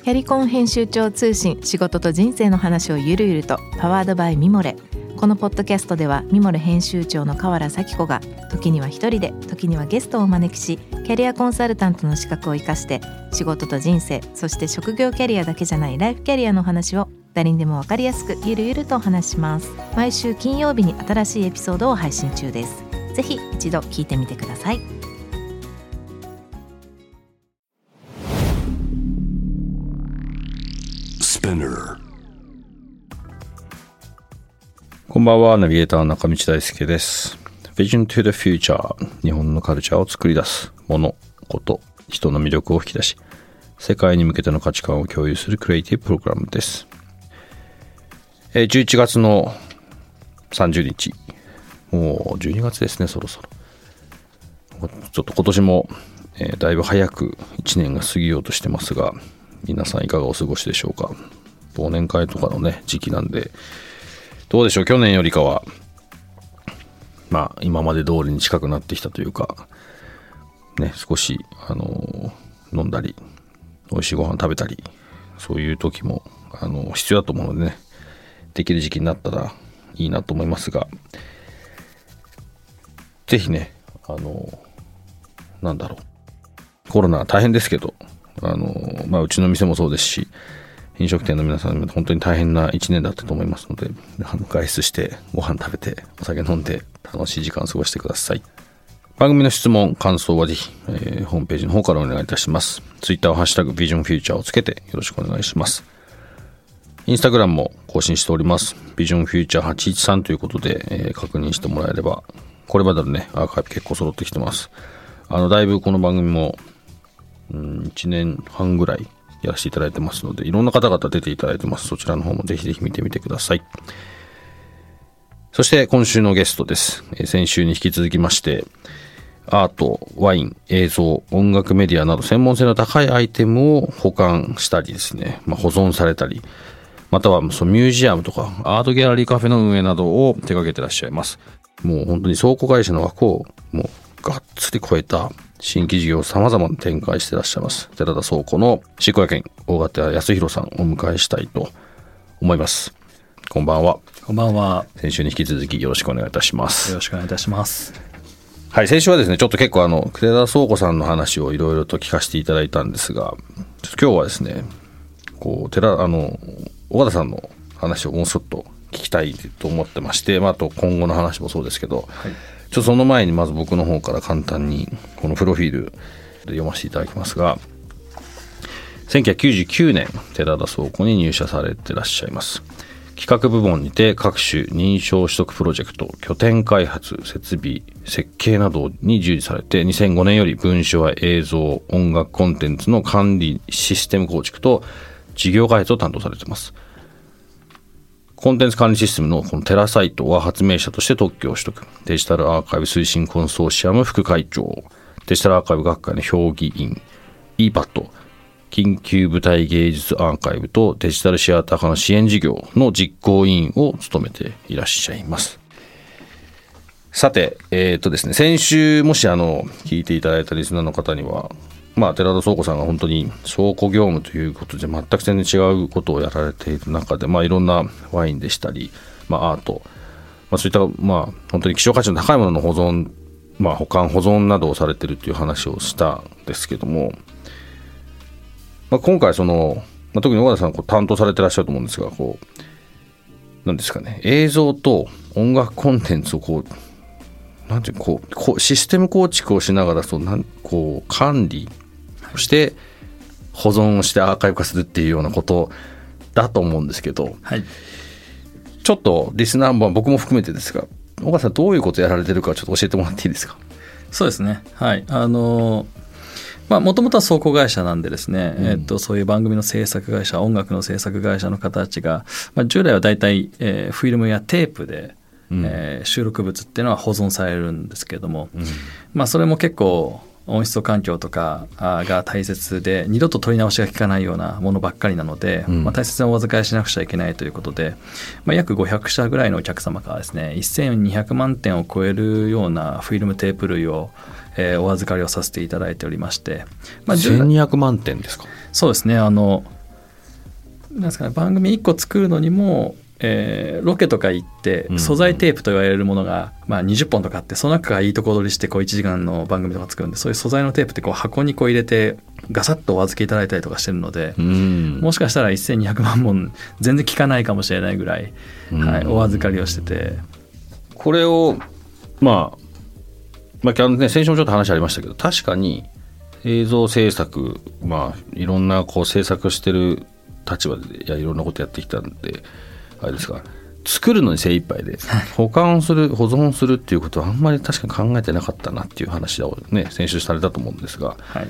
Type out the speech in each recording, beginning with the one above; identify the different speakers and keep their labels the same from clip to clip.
Speaker 1: キャリコン編集長通信、仕事と人生の話をゆるゆると、パワードバイミモレ。このポッドキャストではミモレ編集長の河原咲子が時には一人で、時にはゲストをお招きし、キャリアコンサルタントの資格を生かして仕事と人生、そして職業キャリアだけじゃないライフキャリアの話を誰にでも分かりやすくゆるゆるとお話します。毎週金曜日に新しいエピソードを配信中です。ぜひ一度聞いてみてください。
Speaker 2: こんばんは、ナビゲーター中道大輔です。Vision to the Future、 日本のカルチャーを作り出すもの、こと、人の魅力を引き出し、世界に向けての価値観を共有するクリエイティブプログラムです。11月の30日、もう12月ですね、そろそろ。ちょっと今年も、だいぶ早く1年が過ぎようとしてますが、皆さんいかがお過ごしでしょうか。忘年会とかのね、時期なんで、どうでしょう。去年よりかは今まで通りに近くなってきたというかね、少し飲んだり美味しいご飯食べたり、そういう時も必要だと思うのでね、できる時期になったらいいなと思いますが、ぜひね、コロナ大変ですけど、うちの店もそうですし、飲食店の皆さん本当に大変な1年だったと思いますので、外出してご飯食べてお酒飲んで楽しい時間を過ごしてください。番組の質問感想はぜひ、ホームページの方からお願いいたします。ツイッターをハッシュタグビジョンフューチャーをつけてよろしくお願いします。インスタグラムも更新しております。ビジョンフューチャー813ということで、確認してもらえれば、これまでのねアーカイブ結構揃ってきてます。だいぶこの番組も1年半ぐらいやらせていただいてますので、いろんな方々出ていただいてます。そちらの方もぜひぜひ見てみてください。そして今週のゲストです。先週に引き続きまして、アート、ワイン、映像、音楽メディアなど専門性の高いアイテムを保管したりですね、保存されたり、またはそのミュージアムとかアートギャラリーカフェの運営などを手掛けてらっしゃいます。もう本当に倉庫会社の枠をもうがっつり超えた新規事業を様々に展開していらっしゃいます。寺田倉庫の執行役員、大型康弘さんをお迎えしたいと思います。こんばんは。
Speaker 3: こんばんは。
Speaker 2: 先週に引き続きよろしくお願いいたします。
Speaker 3: よろしくお願いいたします。
Speaker 2: はい、先週はですね、ちょっと結構寺田倉庫さんの話をいろいろと聞かせていただいたんですが、今日はですね、小方さんの話をもうちょっと聞きたいと思ってまして、あと今後の話もそうですけど、はい、ちょっとその前にまず僕の方から簡単にこのプロフィールで読ませていただきますが、1999年寺田倉庫に入社されてらっしゃいます。企画部門にて各種認証取得プロジェクト、拠点開発、設備、設計などに従事されて、2005年より文書や映像、音楽コンテンツの管理システム構築と事業開発を担当されています。コンテンツ管理システムのこのテラサイトは発明者として特許を取得、デジタルアーカイブ推進コンソーシアム副会長、デジタルアーカイブ学会の評議員、EPAT、緊急舞台芸術アーカイブとデジタルシアター化の支援事業の実行委員を務めていらっしゃいます。さて、ですね、先週もし聞いていただいたリスナーの方には、寺田倉庫さんが本当に倉庫業務ということで全く全然違うことをやられている中で、いろんなワインでしたり、アート、そういった本当に希少価値の高いものの保存、保管保存などをされているという話をしたんですけども、今回特に小方さん担当されてらっしゃると思うんですが、何ですかね、映像と音楽コンテンツをシステム構築をしながら管理をして保存をしてアーカイブ化するっていうようなことだと思うんですけど、はい、ちょっとリスナー、僕も含めてですが、小方さんどういうことやられてるかちょっと教えてもらっていいですか。
Speaker 3: そうですね、はい、もともとは倉庫会社なんでですね、そういう番組の制作会社、音楽の制作会社の方たちが、従来はだいたいフィルムやテープで、収録物っていうのは保存されるんですけれども、それも結構音質環境とかが大切で、二度と取り直しが効かないようなものばっかりなので、大切なお預かりしなくちゃいけないということで、約500社ぐらいのお客様からですね、1200万点を超えるようなフィルムテープ類をお預かりをさせていただいておりまして、
Speaker 2: 1200万点ですか。
Speaker 3: そうですね、 なんですかね、番組1個作るのにも、ロケとか行って素材テープと言われるものが、まあ、20本とかあって、その中からいいとこ取りしてこう1時間の番組とか作るんで、そういう素材のテープってこう箱にこう入れてガサッとお預けいただいたりとかしてるので、もしかしたら1200万本全然効かないかもしれないぐらい、はい、お預かりをしてて、
Speaker 2: これをまあね、先週もちょっと話ありましたけど、確かに映像制作、まあいろんなこう制作してる立場でいろんなことやってきたんであれですか、作るのに精一杯で保管する保存するっていうことはあんまり確かに考えてなかったなっていう話をね先週されたと思うんですが、はい、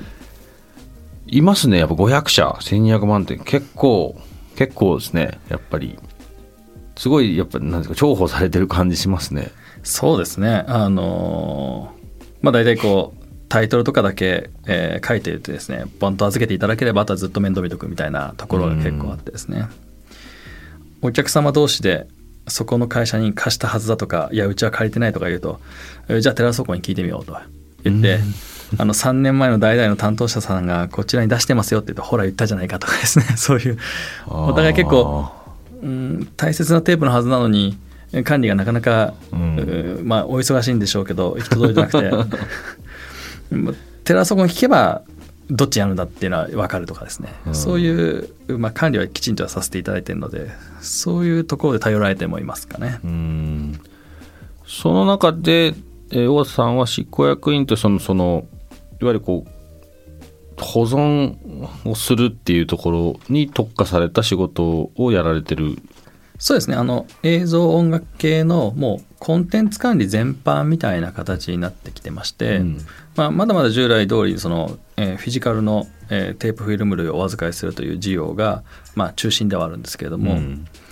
Speaker 2: いますねやっぱ500社1200万点結構ですね。やっぱりすごいやっぱなんですか重宝されてる感じしますね。
Speaker 3: そうですね。まあ大体こうタイトルとかだけ、書いていてですね、ボンと預けていただければあとはずっと面倒見とくみたいなところが結構あってですね、お客様同士でそこの会社に貸したはずだとか、いやうちは借りてないとか言うと、じゃあテラソコに聞いてみようと言って、3年前の代々の担当者さんがこちらに出してますよって言うと、ほら言ったじゃないかとかですね、そういうお互い結構、大切なテープのはずなのに管理がなかなか、まあお忙しいんでしょうけど行き届いてなくてテラソコン聞けばどっちやるんだっていうのは分かるとかですね、そういう、まあ、管理はきちんとはさせていただいているので、そういうところで頼られてもいますかね。
Speaker 2: その中で尾形さんは執行役員とそのいわゆるこう保存をするっていうところに特化された仕事をやられてる。
Speaker 3: そうですね、映像音楽系のもうコンテンツ管理全般みたいな形になってきてまして、まだまだ従来通りフィジカルの、テープフィルム類をお預かりするという事業が、まあ、中心ではあるんですけれども、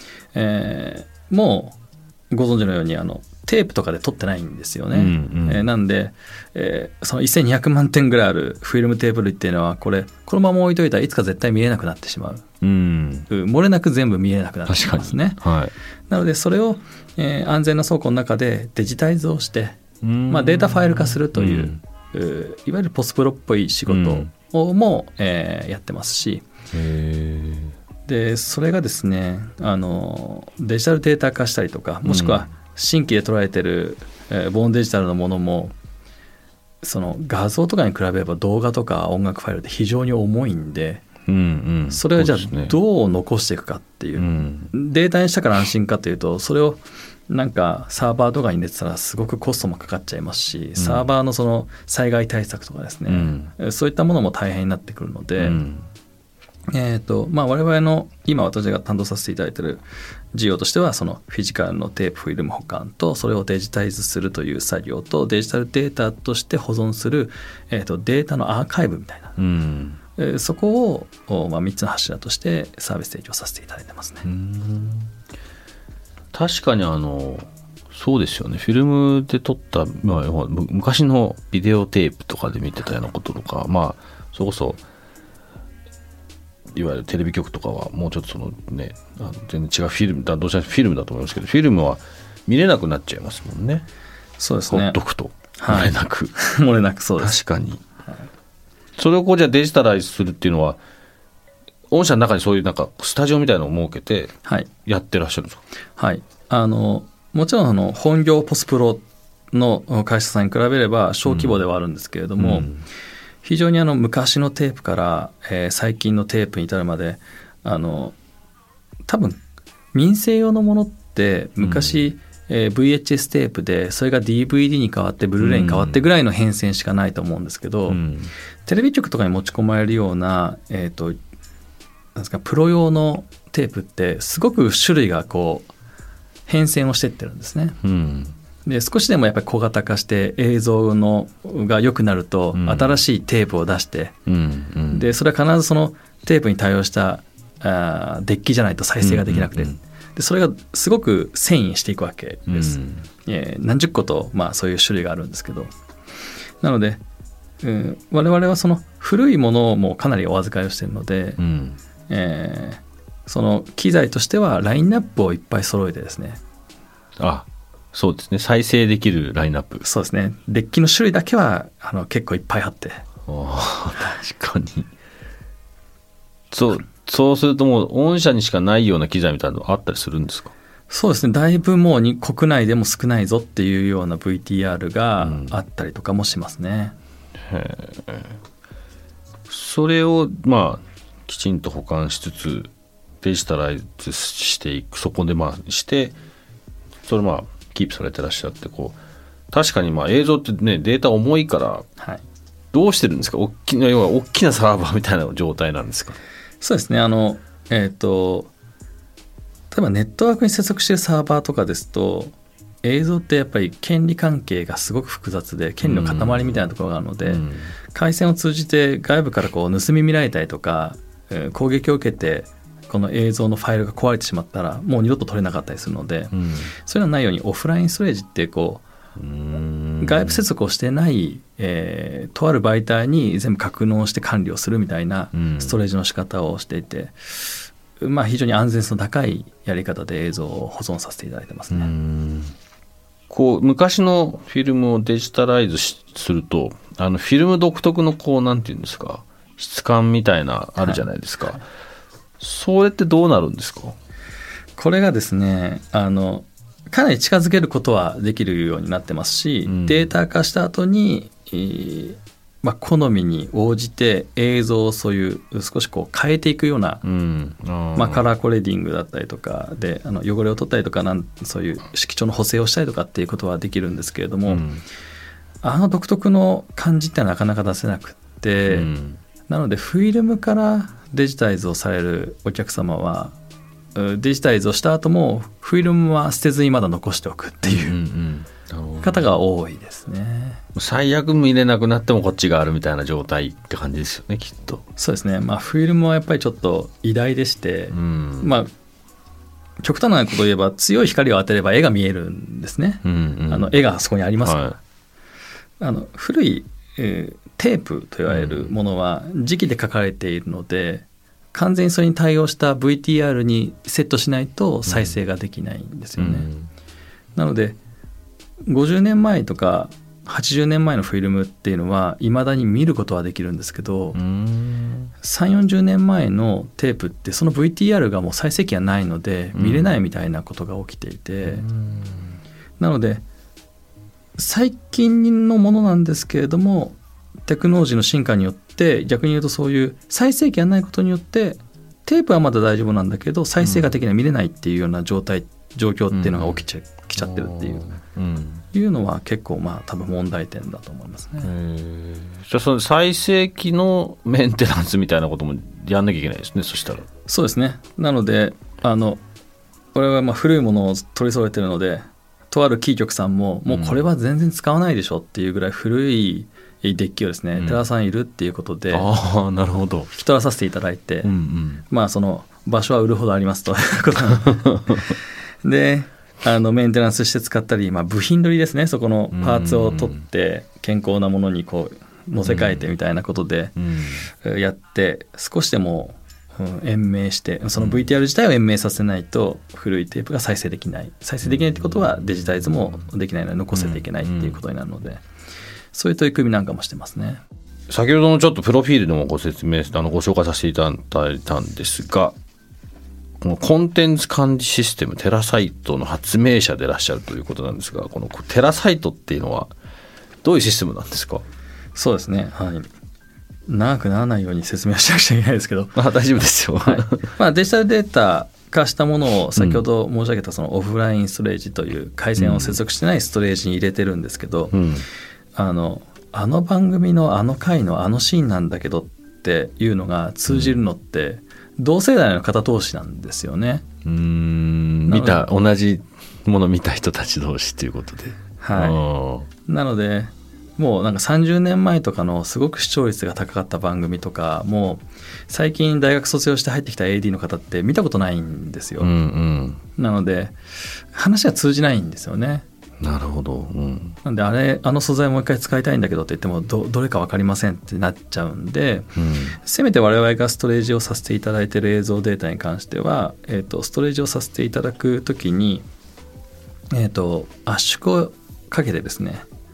Speaker 3: もうご存知のようにテープとかで撮ってないんですよね。なんで、その1200万点ぐらいあるフィルムテープ類っていうのはこのまま置いといたらいつか絶対見えなくなってしまう、漏れなく全部見えなくなってしまうんですね。なのでそれを、安全な倉庫の中でデジタイズをして、まあ、データファイル化するという、いわゆるポスプロっぽい仕事をも、やってますし、でそれがですねデジタルデータ化したりとか、もしくは新規で捉えてる、ボーンデジタルのものもその画像とかに比べれば動画とか音楽ファイルって非常に重いんで、それをじゃあどう残していくかっていう、データにしたから安心かというと、それをなんかサーバーとかに入れてたらすごくコストもかかっちゃいますし、サーバーのその災害対策とかですね、そういったものも大変になってくるので、まあ、我々の今私が担当させていただいている事業としては、そのフィジカルのテープフィルム保管とそれをデジタイズするという作業と、デジタルデータとして保存する、データのアーカイブみたいな、そこを、まあ、3つの柱としてサービス提供させていただいてますね。
Speaker 2: 確かにそうですよね、フィルムで撮った、まあ、昔のビデオテープとかで見てたようなこととか、まあそれこそいわゆるテレビ局とかはもうちょっとね、全然違うフィルムだ、どうしてもフィルムだと思いますけど、フィルムは見れなくなっちゃいますもんね。
Speaker 3: そうですね、
Speaker 2: ほっとくと漏れなく、
Speaker 3: 漏れなく、そうです。
Speaker 2: 確かに、それをこうじゃあデジタライズするっていうのは、御社の中にそういうなんかスタジオみたいなのを設けてやってらっしゃるんですか？
Speaker 3: はい、もちろん本業ポスプロの会社さんに比べれば小規模ではあるんですけれども、非常に昔のテープから、最近のテープに至るまで多分民生用のものって昔、VHS テープでそれが DVD に変わってブルーレイに変わってぐらいの変遷しかないと思うんですけど、テレビ局とかに持ち込まれるような、なんですか、プロ用のテープってすごく種類がこう変遷をしていってるんですね。で少しでもやっぱり小型化して映像が良くなると新しいテープを出して、でそれは必ずそのテープに対応したデッキじゃないと再生ができなくて、でそれがすごく遷移していくわけです。何十個と、まあ、そういう種類があるんですけど、なので、我々はその古いものをもうかなりお預かりをしているので、その機材としてはラインナップをいっぱい揃えてですね、
Speaker 2: そうですね、再生できるラインナップ。
Speaker 3: そうですね、デッキの種類だけは結構いっぱいあって、
Speaker 2: 確かにそそうするともう御社にしかないような機材みたいなのあったりするんですか？
Speaker 3: そうですね、だいぶもう国内でも少ないぞっていうような VTR があったりとかもしますね。
Speaker 2: それをきちんと保管しつつデジタライズしていく、そこでしてそれキープされてらっしゃって、確かに映像ってねデータ重いから、はい、どうしてるんですか？要は大きなサーバーみたいな状態なんですか？
Speaker 3: そうですね、例えばネットワークに接続しているサーバーとかですと、映像ってやっぱり権利関係がすごく複雑で権利の塊みたいなところがあるので、回線を通じて外部から盗み見られたりとか、攻撃を受けてこの映像のファイルが壊れてしまったらもう二度と取れなかったりするので、そういうのないようにオフラインストレージって外部接続をしてない、とある媒体に全部格納して管理をするみたいなストレージの仕方をしていて、非常に安全性の高いやり方で映像を保存させていただいてますね。
Speaker 2: 昔のフィルムをデジタライズするとフィルム独特のなんていうんですか、質感みたいなあるじゃないですか、はい、それってどうなるんですか？
Speaker 3: これがですねかなり近づけることはできるようになってますし、データ化した後に、好みに応じて映像をそういう少し変えていくような、カラーコレーディングだったりとかで汚れを取ったりとかそういう色調の補正をしたりとかっていうことはできるんですけれども、独特の感じってのはなかなか出せなくって、なのでフィルムからデジタライズをされるお客様はデジタライズをした後もフィルムは捨てずにまだ残しておくっていう方が多いですね。
Speaker 2: 最悪見れなくなってもこっちがあるみたいな状態って感じですよね、きっと。
Speaker 3: そうですね、フィルムはやっぱりちょっと偉大でして、極端なことを言えば強い光を当てれば絵が見えるんですね、絵がそこにありますから、古い、テープと言われるものは磁気で書かれているので、完全にそれに対応した VTR にセットしないと再生ができないんですよね、なので50年前とか80年前のフィルムっていうのは未だに見ることはできるんですけど、3、40年前のテープってその VTR がもう再生機がないので見れないみたいなことが起きていて、なので最近のものなんですけれどもテクノロジーの進化によって逆に言うとそういう再生機がないことによってテープはまだ大丈夫なんだけど再生ができない、見れないっていうような状況っていうのが起きちゃってるっていう、いうのは結構多分問題点だと思いますね。
Speaker 2: じゃあその再生機のメンテナンスみたいなこともやんなきゃいけないですね。そしたら
Speaker 3: そうですね。なので俺は古いものを取り揃えてるので、とあるキー局さんももうこれは全然使わないでしょっていうぐらい古いデッキをですね、寺田さんいるっていうことで
Speaker 2: なるほど
Speaker 3: 引き取らさせていただいて、その場所は売るほどありますということでメンテナンスして使ったり、部品取りですね、そこのパーツを取って健康なものに乗せ替えてみたいなことでやって、少しでも延命してその VTR 自体を延命させないと古いテープが再生できないってことはデジタライズもできないので残せていけないっていうことになるので、そういう取り組みなんかもしてますね。
Speaker 2: 先ほどのちょっとプロフィールでもご説明ご紹介させていただいたんですが、このコンテンツ管理システムテラサイトの発明者でいらっしゃるということなんですが、このテラサイトっていうのはどういうシステムなんですか？
Speaker 3: そうですね、長くならないように説明しなくちゃいけないですけど
Speaker 2: 大丈夫ですよ、
Speaker 3: デジタルデータ化したものを先ほど申し上げたそのオフラインストレージという回線を接続してないストレージに入れてるんですけど、あの番組の回のシーンなんだけどっていうのが通じるのって同世代の方同士なんですよね。
Speaker 2: 同じもの見た人たち同士ということで、
Speaker 3: なのでもうなんか30年前とかのすごく視聴率が高かった番組とかも最近大学卒業して入ってきた AD の方って見たことないんですよ、なので話が通じないんですよね。
Speaker 2: なるほど、
Speaker 3: なんで素材もう一回使いたいんだけどって言っても どれか分かりませんってなっちゃうんで、せめて我々がストレージをさせていただいている映像データに関しては、ストレージをさせていただくときに、圧縮をかけてですね、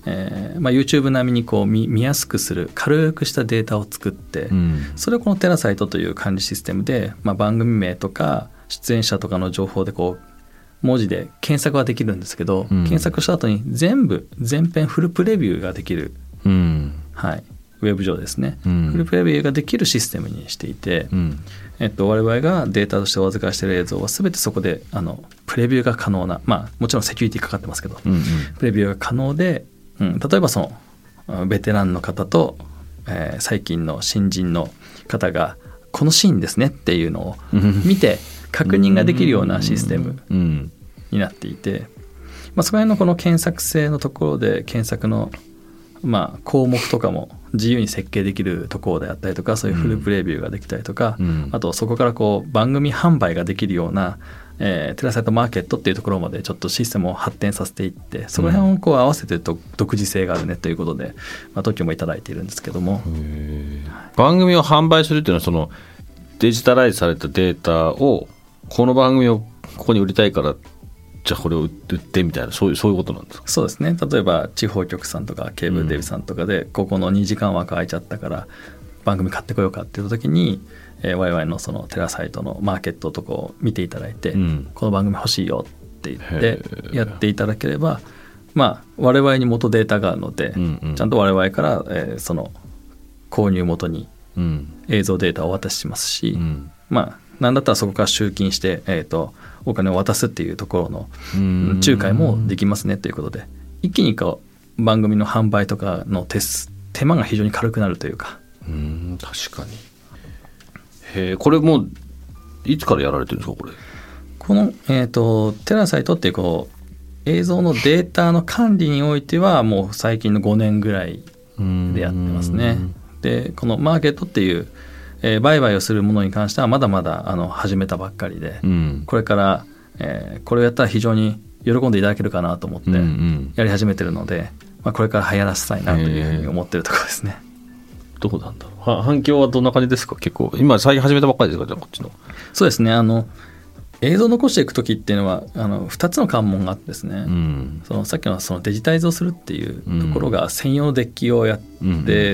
Speaker 3: YouTube 並みにこう 見やすくする軽くしたデータを作って、それをこのテラサイトという管理システムで、番組名とか出演者とかの情報でこう文字で検索はできるんですけど、検索した後に全編フルプレビューができる、ウェブ上ですね、フルプレビューができるシステムにしていて、我々がデータとしてお預かりしている映像は全てそこでプレビューが可能な、もちろんセキュリティかかってますけど、プレビューが可能で、例えばそのベテランの方と、最近の新人の方がこのシーンですねっていうのを見て確認ができるようなシステムになっていて、そこら辺のこの検索性のところで検索の項目とかも自由に設計できるところであったりとか、そういうフルプレビューができたりとか、あとそこからこう番組販売ができるような、テラサイトマーケットっていうところまでちょっとシステムを発展させていって、そこら辺をこう合わせてると独自性があるねということで、特許もいただいているんですけども、
Speaker 2: 番組を販売するっていうのはそのデジタライズされたデータをこの番組をここに売りたいからじゃあこれを売ってみたいな、そういうことなんですか？
Speaker 3: そうですね。例えば地方局さんとかケーブルテレビさんとかで、ここの2時間枠空いちゃったから番組買ってこようかっていう時に、我々のそのテラサイトのマーケットとかを見ていただいて、この番組欲しいよって言ってやっていただければ、我々に元データがあるので、ちゃんと我々から、その購入元に映像データをお渡ししますし、なんだったらそこから集金して、お金を渡すっていうところの仲介もできますねということで、一気にこう番組の販売とかの手間が非常に軽くなるというか。
Speaker 2: 確かに。これもういつからやられてるんですか？
Speaker 3: この、テラサイトっていうこう映像のデータの管理においてはもう最近の5年ぐらいでやってますね。でこのマーケットっていう売買をするものに関してはまだまだ始めたばっかりで、これから、これをやったら非常に喜んでいただけるかなと思ってやり始めてるので、これから流行らせたいなというふうに思ってるところですね。
Speaker 2: どうなんだろう。反響はどんな感じですか？結構今最近始めたばっかりですか？じゃあこっちの。
Speaker 3: そうですね。映像を残していく時っていうのは2つの関門があってですね、そのさっきのそのデジタイズをするっていうところが専用のデッキをやって、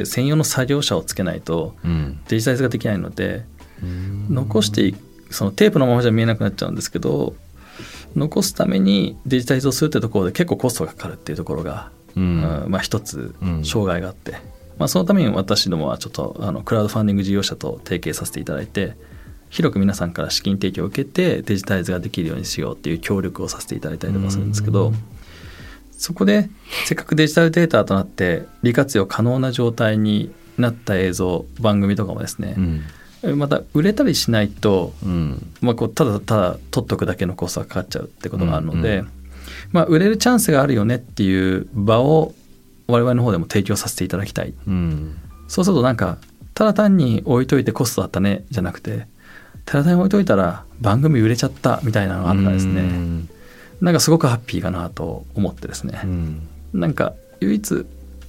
Speaker 3: 専用の作業者をつけないとデジタイズができないので、残してそのテープのままじゃ見えなくなっちゃうんですけど、残すためにデジタイズをするってところで結構コストがかかるっていうところが、一つ障害があって、そのために私どもはちょっとクラウドファンディング事業者と提携させていただいて、広く皆さんから資金提供を受けてデジタイズができるようにしようっていう協力をさせていただいたりとかするんですけど、そこでせっかくデジタルデータとなって利活用可能な状態になった映像番組とかもですね、また売れたりしないと、こうただただ取っとくだけのコストがかかっちゃうってことがあるので、売れるチャンスがあるよねっていう場を我々の方でも提供させていただきたい、そうするとなんかただ単に置いといてコストだったねじゃなくて、ただ単に置いといたら番組売れちゃったみたいなのがあったらですね、なんかすごくハッピーかなと思ってですね、なんか唯一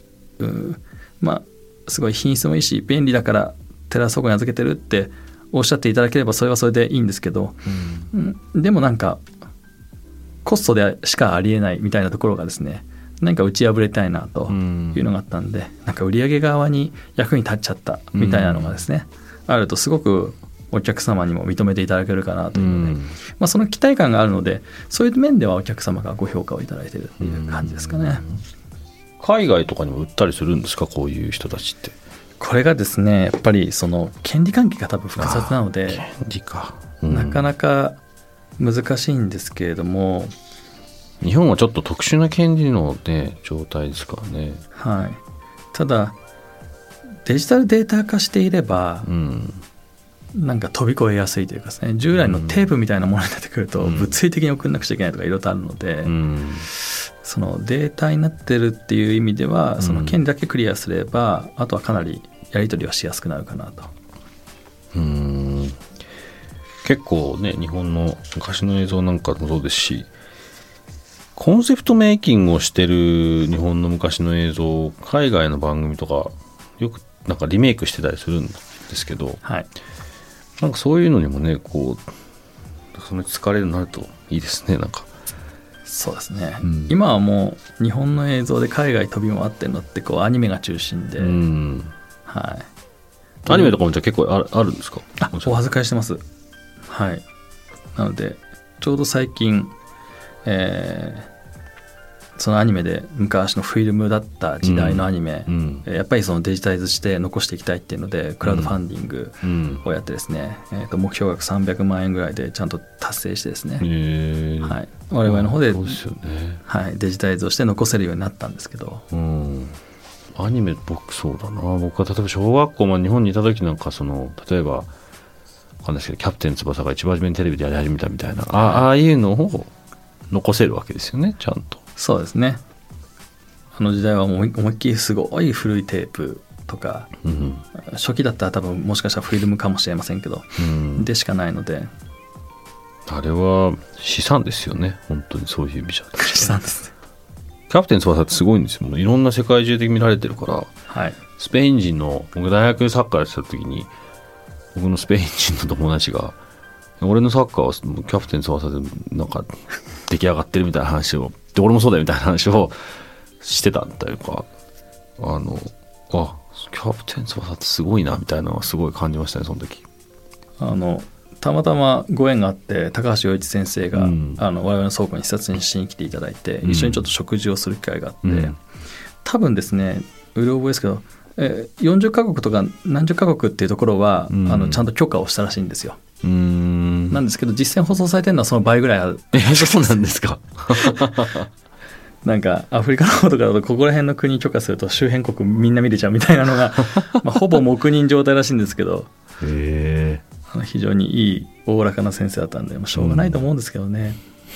Speaker 3: すごい品質もいいし便利だからテラス倉庫に預けてるっておっしゃっていただければそれはそれでいいんですけど、でもなんかコストでしかありえないみたいなところがですね、何か打ち破れたいなというのがあったんで、なんか売上側に役に立っちゃったみたいなのがですね、あるとすごくお客様にも認めていただけるかなというので、その期待感があるので、そういう面ではお客様がご評価をいただいているっていう感じですかね。
Speaker 2: 海外とかにも売ったりするんですか？こういう人たちって。
Speaker 3: これがですね、やっぱりその権利関係が多分複雑なので、
Speaker 2: 権利か、
Speaker 3: なかなか難しいんですけれども、
Speaker 2: 日本はちょっと特殊な権利の、状態ですからね。
Speaker 3: ただデジタルデータ化していれば、なんか飛び越えやすいというかですね、従来のテープみたいなものになってくると物理的に送んなくちゃいけないとかいろいろとあるので、そのデータになってるっていう意味ではその権利だけクリアすれば、あとはかなりやり取りはしやすくなるかなと。
Speaker 2: 結構ね、日本の昔の映像なんかもそうですし、コンセプトメイキングをしてる日本の昔の映像、海外の番組とかよくなんかリメイクしてたりするんですけど、なんかそういうのにもね、こうその疲れになるといいですね。なんか
Speaker 3: そうですね、
Speaker 2: うん、
Speaker 3: 今はもう日本の映像で海外飛び回ってるのってこうアニメが中心で、
Speaker 2: うん、
Speaker 3: はい、
Speaker 2: アニメとかもじゃあ結構あるんですか？
Speaker 3: お恥ずかししてます。はい、なのでちょうど最近、そのアニメで昔のフィルムだった時代のアニメ、
Speaker 2: うんうん、
Speaker 3: やっぱりそのデジタライズして残していきたいっていうのでクラウドファンディングをやってですね、目標額300万円ぐらいでちゃんと達成してですね、はい、我々の方で、
Speaker 2: そうですよね、
Speaker 3: はい、デジタライズをして残せるようになったんですけど、
Speaker 2: うん、アニメ僕そうだな、僕は例えば小学校、日本にいた時なんか例えばわかんないですけどキャプテン翼が一番初めにテレビでやり始めたみたいな、ああいうのを残せるわけですよね、ちゃんと。
Speaker 3: そうですね、あの時代は思いっきりすごい古いテープとか、うん、初期だったら多分もしかしたらフィルムかもしれませんけど、うん、でしかないので、
Speaker 2: あれは資産ですよね、本当にそういう意味じゃ
Speaker 3: 資産ですね。
Speaker 2: キャプテン翼ってすごいんですよ、いろんな世界中で見られてるから、
Speaker 3: はい、
Speaker 2: スペイン人の僕大学でサッカーやってた時に僕のスペイン人の友達が俺のサッカーはキャプテン翼でなんか出来上がってるみたいな話をで俺もそうだよみたいな話をしてたんだよか、キャプテン翼ってすごいなみたいなのはすごい感じましたね、その時。
Speaker 3: たまたまご縁があって高橋陽一先生が、我々の倉庫に視察にしに来ていただいて、一緒にちょっと食事をする機会があって、多分ですねうる覚えですけど、40カ国とか何十カ国っていうところは、ちゃんと許可をしたらしいんですよ。なんですけど実際放送されてるのはその倍ぐらいある。
Speaker 2: そうなんですか。
Speaker 3: なんかアフリカの方とかだとここら辺の国許可すると周辺国みんな見れちゃうみたいなのがほぼ黙認状態らしいんですけど、非常にいいおおらかな先生だったんで、しょうがないと思うんですけどね、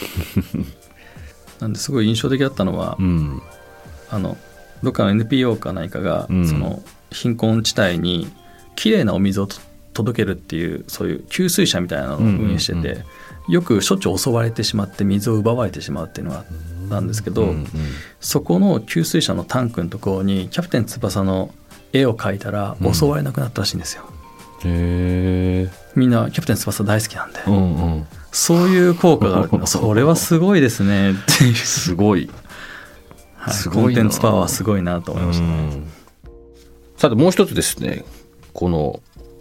Speaker 3: なんですごい印象的だったのは、どっかの NPO か何かが、その貧困地帯にきれいなお水を届けるっていうそういう給水車みたいなのを運営してて、よくしょっちゅう襲われてしまって水を奪われてしまうっていうのがあったんですけど、そこの給水車のタンクのところにキャプテン翼の絵を描いたら襲われなくなったらしいんですよ。みんなキャプテン翼大好きなんで、そういう効果がある。それはすごいですねっていう
Speaker 2: すごい、
Speaker 3: コンテンツパワーすごいなと思いましたね。
Speaker 2: さてもう一つですね、この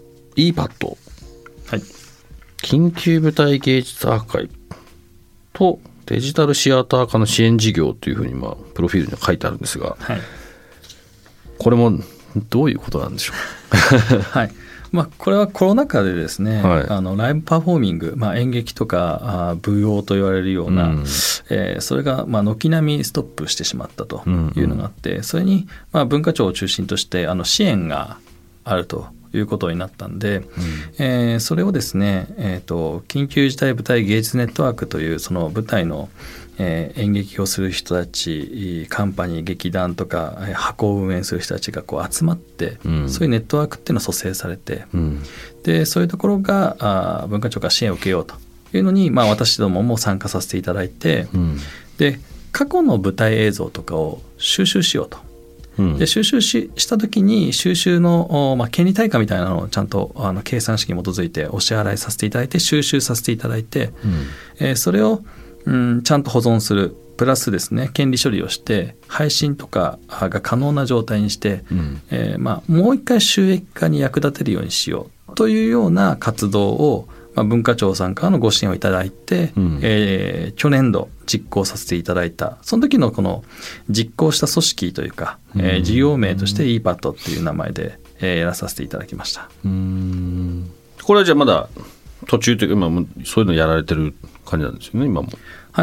Speaker 2: EPAD、
Speaker 3: はい、
Speaker 2: 緊急舞台芸術アーカイブとデジタルシアター化の支援事業というふうにプロフィールには書いてあるんですが、
Speaker 3: はい、
Speaker 2: これもどういうことなんでしょう。
Speaker 3: はい、これはコロナ禍でですね、ライブパフォーミング、演劇とか舞踊と言われるような、それが軒並みストップしてしまったというのがあって、それに文化庁を中心として支援があるということになったんで、それをですね、緊急事態舞台芸術ネットワークというその舞台の演劇をする人たち、カンパニー、劇団とか箱を運営する人たちがこう集まって、そういうネットワークっていうのを組成されて、でそういうところが文化庁から支援を受けようというのに、私どもも参加させていただいて、で過去の舞台映像とかを収集しようと。で収集した時に収集の、権利対価みたいなのをちゃんと計算式に基づいてお支払いさせていただいて収集させていただいて、それをちゃんと保存するプラスですね、権利処理をして配信とかが可能な状態にして、もう一回収益化に役立てるようにしようというような活動を、文化庁さんからのご支援をいただいて、去年度実行させていただいた。その時のこの実行した組織というか、事業名として EPAD っていう名前で、やらさせていただきました。
Speaker 2: これはじゃあまだ途中というか、そういうのやられてる感じなんですよね、今も。
Speaker 3: はい、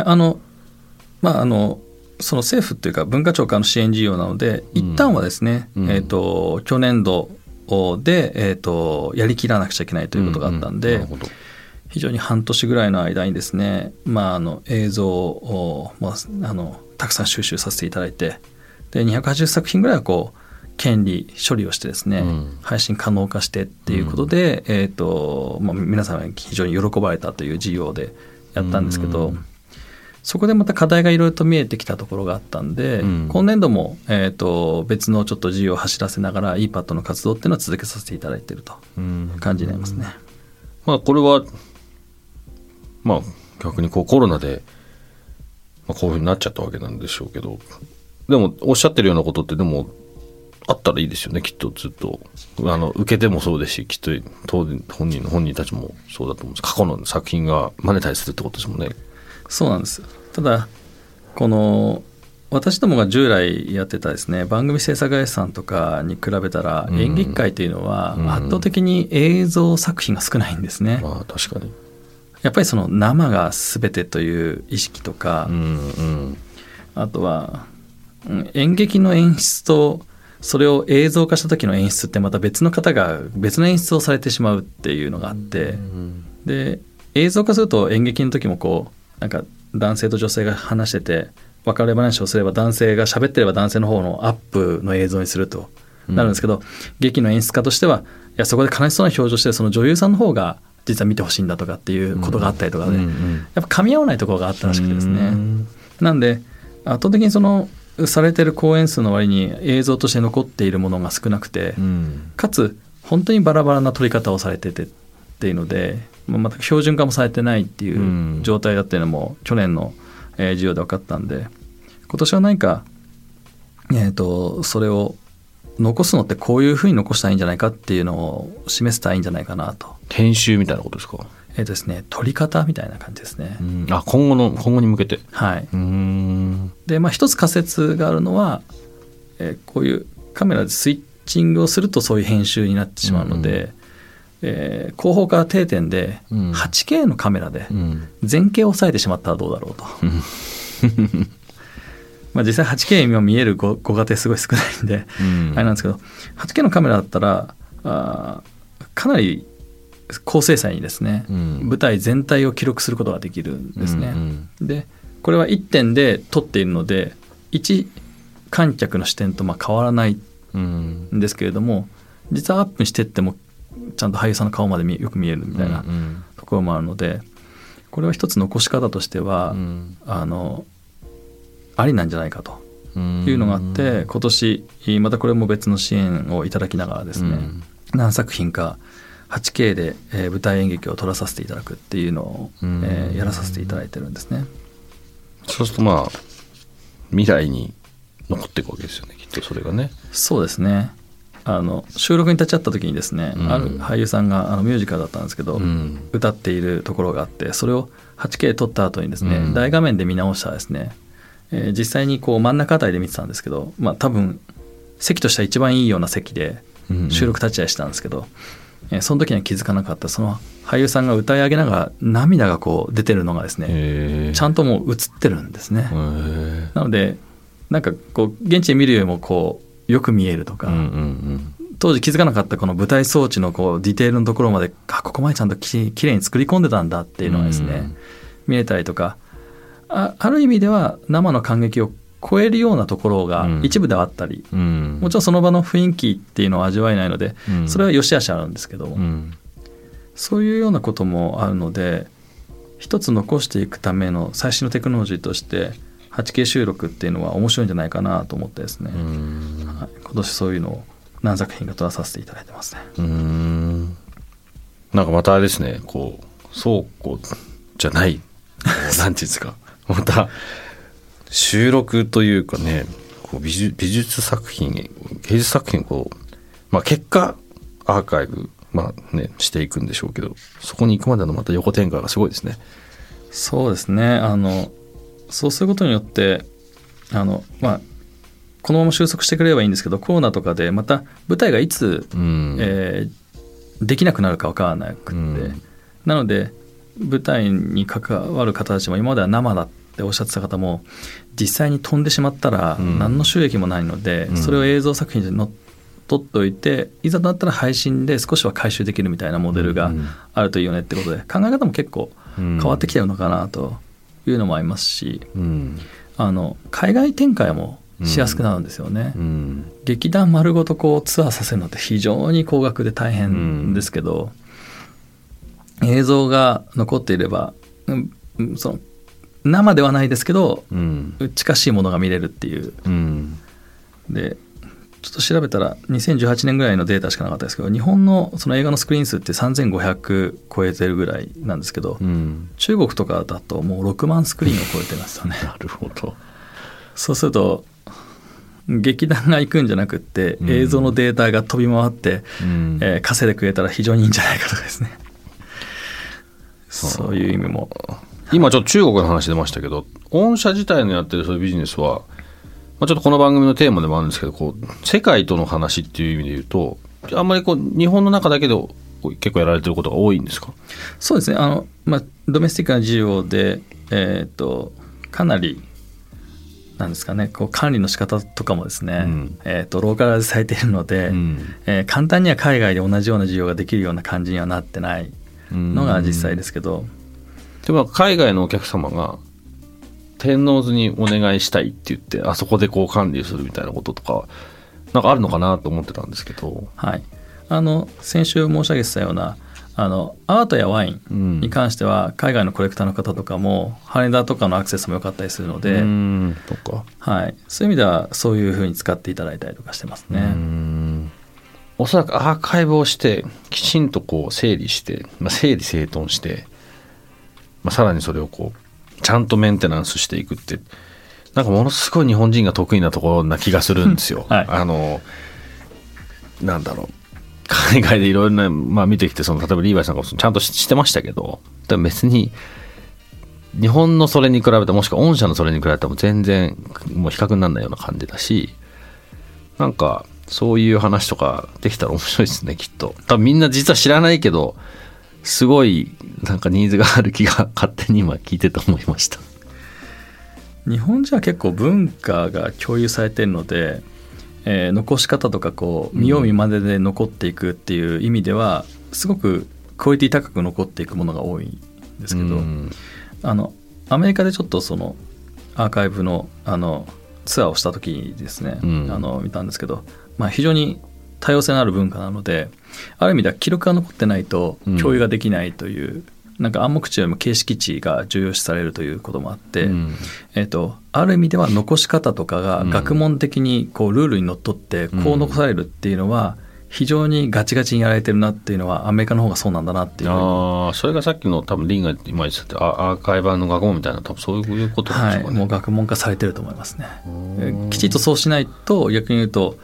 Speaker 3: その政府というか文化庁からの支援事業なので、一旦はですね、去年度で、やりきらなくちゃいけないということがあったんで、非常に半年ぐらいの間にですね、映像を、たくさん収集させていただいて、で280作品ぐらいはこう権利処理をしてですね、配信可能化してっていうことで、皆さんが非常に喜ばれたという事業でやったんですけど、そこでまた課題がいろいろと見えてきたところがあったんで、今年度も、別のちょっと事業を走らせながら EPAD の活動っていうのは続けさせていただいているという感じになりますね。
Speaker 2: これは逆にコロナでこういうふうになっちゃったわけなんでしょうけど、でもおっしゃってるようなことってでもあったらいいですよね、きっと。ずっと受け手もそうですし、きっと当然本人たちもそうだと思うんです。過去の作品がマネタイズするってことですもんね。
Speaker 3: そうなんです。ただこの私どもが従来やってたですね、番組制作会社さんとかに比べたら、演劇界というのは圧倒的に映像作品が少ないんですね。
Speaker 2: まあ確かに。
Speaker 3: やっぱりその生が全てという意識とか、あとは演劇の演出とそれを映像化した時の演出ってまた別の方が別の演出をされてしまうっていうのがあって、で映像化すると演劇の時もこうなんか男性と女性が話してて別れ話をすれば男性が喋ってれば男性の方のアップの映像にするとなるんですけど、劇の演出家としてはいやそこで悲しそうな表情してるその女優さんの方が実は見てほしいんだとかっていうことがあったりとかで、やっぱ噛み合わないところがあったらしくてですね、なんで圧倒的にそのされてる公演数の割に映像として残っているものが少なくて、かつ本当にバラバラな撮り方をされててっていうので、全く標準化もされてないっていう状態だっていうのも去年の授業で分かったんで、今年は何か、それを残すのってこういうふうに残したらいいんじゃないかっていうのを示せたらいいんじゃないかなと。
Speaker 2: 編集みたいなことですか？
Speaker 3: ですね、撮り方みたいな感じですね。
Speaker 2: 今後に向けて。
Speaker 3: はい。で一つ仮説があるのは、こういうカメラでスイッチングをするとそういう編集になってしまうので、後方から定点で 8K のカメラで前景を抑えてしまったらどうだろうと。実際 8K 今見えるご家庭すごい少ないんで、あれなんですけど 8K のカメラだったらかなり高精細にですね、舞台全体を記録することができるんですね。でこれは1点で撮っているので一観客の視点と変わらないんですけれども、実はアップしてってもちゃんと俳優さんの顔までよく見えるみたいなところもあるので、これは一つ残し方としては、ありなんじゃないかというのがあって、今年またこれも別の支援をいただきながらですね、何作品か 8K で舞台演劇を撮らさせていただくっていうのをやらさせていただいてるんですね。
Speaker 2: そうすると未来に残っていくわけですよね、きっとそれがね。
Speaker 3: そうですね。収録に立ち会った時にですね、ある俳優さんがミュージカルだったんですけど、歌っているところがあって、それを 8K 撮った後にですね、大画面で見直したらですね、実際にこう真ん中あたりで見てたんですけど、多分席としては一番いいような席で収録立ち会いしたんですけど、その時には気づかなかったその俳優さんが歌い上げながら涙がこう出てるのがですね、ちゃんともう映ってるんですね。なのでなんかこう現地で見るよりもこうよく見えるとか、当時気づかなかったこの舞台装置のこうディテールのところまでここまでちゃんときれいに作り込んでたんだっていうのがですね、見えたりとか、ある意味では生の感激を超えるようなところが一部ではあったり、もちろんその場の雰囲気っていうのは味わえないので、それは良し悪しあるんですけど、そういうようなこともあるので、一つ残していくための最新のテクノロジーとして 8K 収録っていうのは面白いんじゃないかなと思ってですね、今年そういうのを何作品か撮らさせていただいてますね。
Speaker 2: なんかまたあれですね、こう倉庫じゃないなんていうんですか、また収録というかね、こう美術作品芸術作品こう、結果アーカイブしていくんでしょうけど、そこに行くまでのまた横展開がすごいですね。
Speaker 3: そうですね。そうすることによってこのまま収束してくれればいいんですけど、コロナとかでまた舞台がいつ、できなくなるか分からなくて、なので舞台に関わる方たちも今までは生だっておっしゃってた方も実際に飛んでしまったら何の収益もないので、それを映像作品で取っておいて、いざとなったら配信で少しは回収できるみたいなモデルがあるといいよねってことで、考え方も結構変わってきてるのかなというのもありますし、海外展開もしやすくなるんですよね。劇団丸ごとこうツアーさせるのって非常に高額で大変ですけど、映像が残っていれば、その生ではないですけど、近しいものが見れるっていう、でちょっと調べたら2018年ぐらいのデータしかなかったですけど、日本のその映画のスクリーン数って3500超えてるぐらいなんですけど、中国とかだともう6万スクリーンを超えてるんですよね。
Speaker 2: なるほど。
Speaker 3: そうすると劇団が行くんじゃなくって映像のデータが飛び回って、稼いでくれたら非常にいいんじゃないかとかですね、そういう意味も。
Speaker 2: 今ちょっと中国の話出ましたけど、御社自体のやってるそういうビジネスは、ちょっとこの番組のテーマでもあるんですけど、こう世界との話っていう意味で言うと、あんまりこう日本の中だけで結構やられてることが多いんですか？
Speaker 3: そうですね、ドメスティックな事業で、かなりなんですかね、こう管理の仕方とかもですね、ローカライズされているので、簡単には海外で同じような事業ができるような感じにはなってないのが実際ですけど、
Speaker 2: でも海外のお客様が天王洲にお願いしたいって言ってあそこでこう管理するみたいなこととかなんかあるのかなと思ってたんですけど、
Speaker 3: はい、先週申し上げてたようなアートやワインに関しては、海外のコレクターの方とかも羽田とかのアクセスも良かったりするので、はい、そういう意味ではそういうふうに使っていただいたりとかしてますね。
Speaker 2: おそらくアーカイブをしてきちんとこう整理して、整理整頓して、さらにそれをこうちゃんとメンテナンスしていくって、なんかものすごい日本人が得意なところな気がするんですよ。はい、なんだろう、海外でいろいろな、見てきて、例えばリーバイさんがちゃんとしてましたけど、でも別に日本のそれに比べて、もしくは御社のそれに比べても全然もう比較にならないような感じだし、なんかそういう話とかできたら面白いですね、きっと。多分みんな実は知らないけど、すごいなんかニーズがある気が勝手に今聞いてて思いました。
Speaker 3: 日本人は結構文化が共有されているので、残し方とかこう見よう見まねで残っていくっていう意味では、すごくクオリティ高く残っていくものが多いんですけど、アメリカでちょっとそのアーカイブのツアーをした時にですね、見たんですけど、非常に多様性のある文化なので、ある意味では記録が残ってないと共有ができないという、なんか暗黙知よりも形式知が重要視されるということもあって、ある意味では残し方とかが学問的にこうルールにのっとってこう残されるっていうのは非常にガチガチにやられてるなっていうのはアメリカの方がそうなんだなっていう。
Speaker 2: それがさっきの多分リンが今言ってたアーカイバーの学問みたいな、多分そういうことなんでしょうかね。
Speaker 3: もう学問化されてると思いますね。きちっとそうしないと、逆に言うと、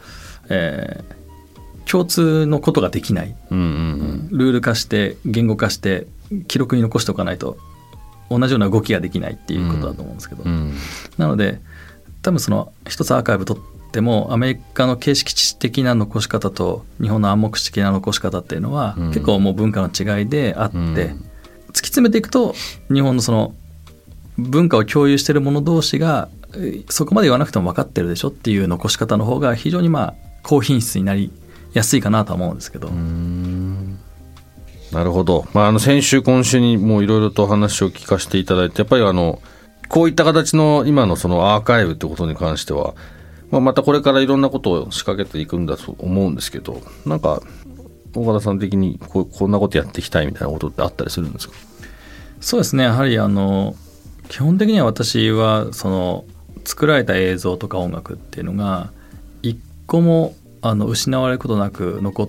Speaker 3: 共通のことができない、ルール化して言語化して記録に残しておかないと同じような動きができないっていうことだと思うんですけど、なので多分その一つアーカイブ取ってもアメリカの形式知的な残し方と日本の暗黙知的な残し方っていうのは、結構もう文化の違いであって、突き詰めていくと日本のその文化を共有している者同士がそこまで言わなくても分かってるでしょっていう残し方の方が非常に高品質になり安いかなとは思うんですけど。
Speaker 2: なるほど。先週今週にもういろいろと話を聞かせていただいて、やっぱりこういった形の今のそのアーカイブってことに関しては、またこれからいろんなことを仕掛けていくんだと思うんですけど、なんか岡田さん的にこんなことやっていきたいみたいなことってあったりするんですか？
Speaker 3: そうですね、やはり基本的には私はその作られた映像とか音楽っていうのが一個も失われることなく残って、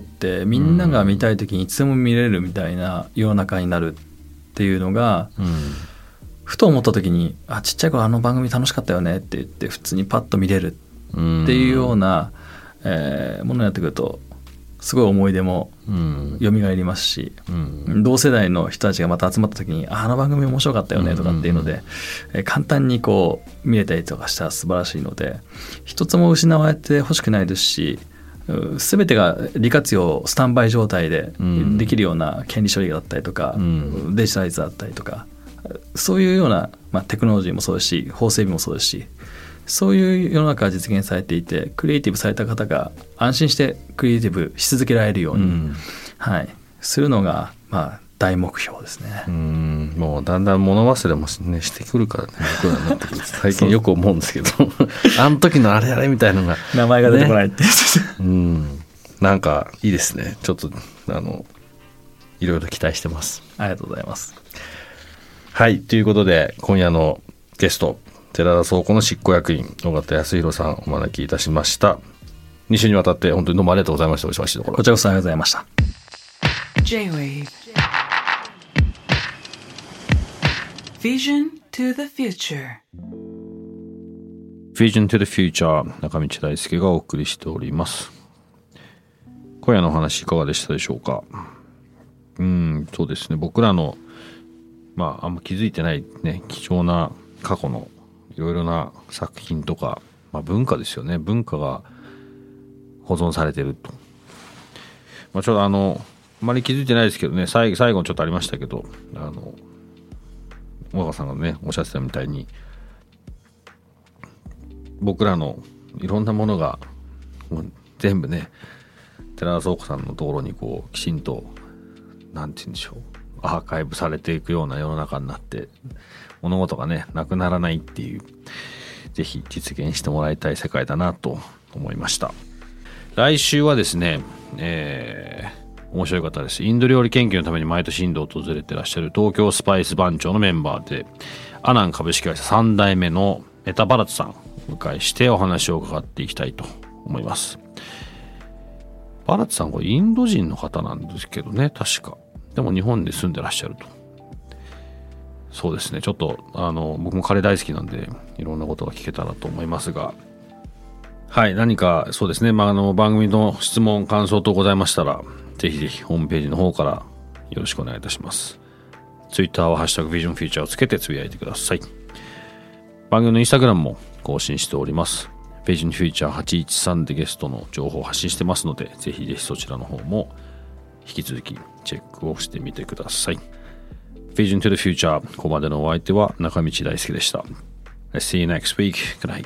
Speaker 3: みんなが見たい時にいつでも見れるみたいな世の中になるっていうのが、ふと思った時にちっちゃい頃番組楽しかったよねって言って普通にパッと見れるっていうような、ものになってくるとすごい思い出も蘇りますし、同世代の人たちがまた集まった時に番組面白かったよねとかっていうので、簡単にこう見れたりとかしたら素晴らしいので、一つも失われてほしくないですし、全てが利活用スタンバイ状態でできるような権利処理だったりとか、デジタライズだったりとか、そういうような、テクノロジーもそうですし法整備もそうですし、そういう世の中が実現されていて、クリエイティブされた方が安心してクリエイティブし続けられるように、するのが大目標ですね。
Speaker 2: もうだんだん物忘れも、してくるからね、僕らになってくる最近よく思うんですけどあの時のあれみたいなのが
Speaker 3: 名前が出てこないって、
Speaker 2: なんかいいですね。ちょっといろいろ期待してます。
Speaker 3: ありがとうございます。
Speaker 2: はい、ということで今夜のゲスト、寺田倉庫の執行役員尾形康弘さんお招きいたしました。 2週にわたって本当にどうもありがとうございました。お忙しいところ。
Speaker 3: こちらこそありがとうございました。
Speaker 4: J-Wave Vision to the Future
Speaker 2: Vision to the Future 中道大輔がお送りしております。今夜のお話いかがでしたでしょうか。そうですね、僕らのあんま気づいてないね、貴重な過去のいろいろな作品とか、文化ですよね。文化が保存されてると。ちょっとあまり気づいてないですけどね、最後にちょっとありましたけど、小川さんがねおっしゃってたみたいに、僕らのいろんなものがもう全部ね、寺田倉庫さんのところにこうきちんとなんて言うんでしょう、アーカイブされていくような世の中になって、物事がねなくならないっていう、ぜひ実現してもらいたい世界だなと思いました。来週はですね、面白い方です。インド料理研究のために毎年インドを訪れてらっしゃる東京スパイス番長のメンバーで、アナン株式会社3代目のメタバラツさんをお迎えしてお話を伺っていきたいと思います。バラツさん、これインド人の方なんですけどね、確か。でも日本で住んでらっしゃると。そうですね、ちょっと僕もカレー大好きなんでいろんなことが聞けたらと思いますが、はい、何かそうですね、番組の質問感想等ございましたら、ぜひぜひホームページの方からよろしくお願いいたします。ツイッターはハッシュタグビジョンフューチャーをつけてつぶやいてください。番組のインスタグラムも更新しております。ビジョンフューチャー813でゲストの情報を発信してますので、ぜひぜひそちらの方も引き続きチェックをしてみてください。Vision to the Future、 ここまでのお相手は中道大輔でした。 Let's see you next week. Good night.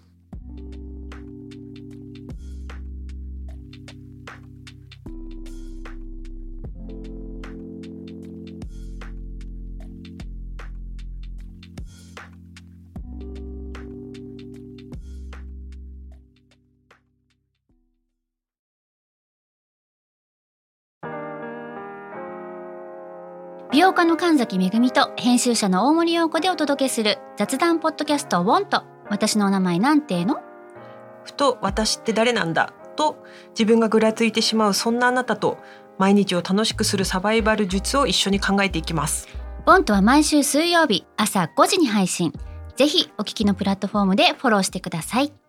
Speaker 5: 美容家の神崎めぐみと編集者の大森洋子でお届けする雑談ポッドキャストウォント。私のお名前なんての？
Speaker 6: ふと私って誰なんだと自分がぐらついてしまう、そんなあなたと毎日を楽しくするサバイバル術を一緒に考えていきます。
Speaker 5: ウォントは毎週水曜日朝5時に配信。ぜひお聞きのプラットフォームでフォローしてください。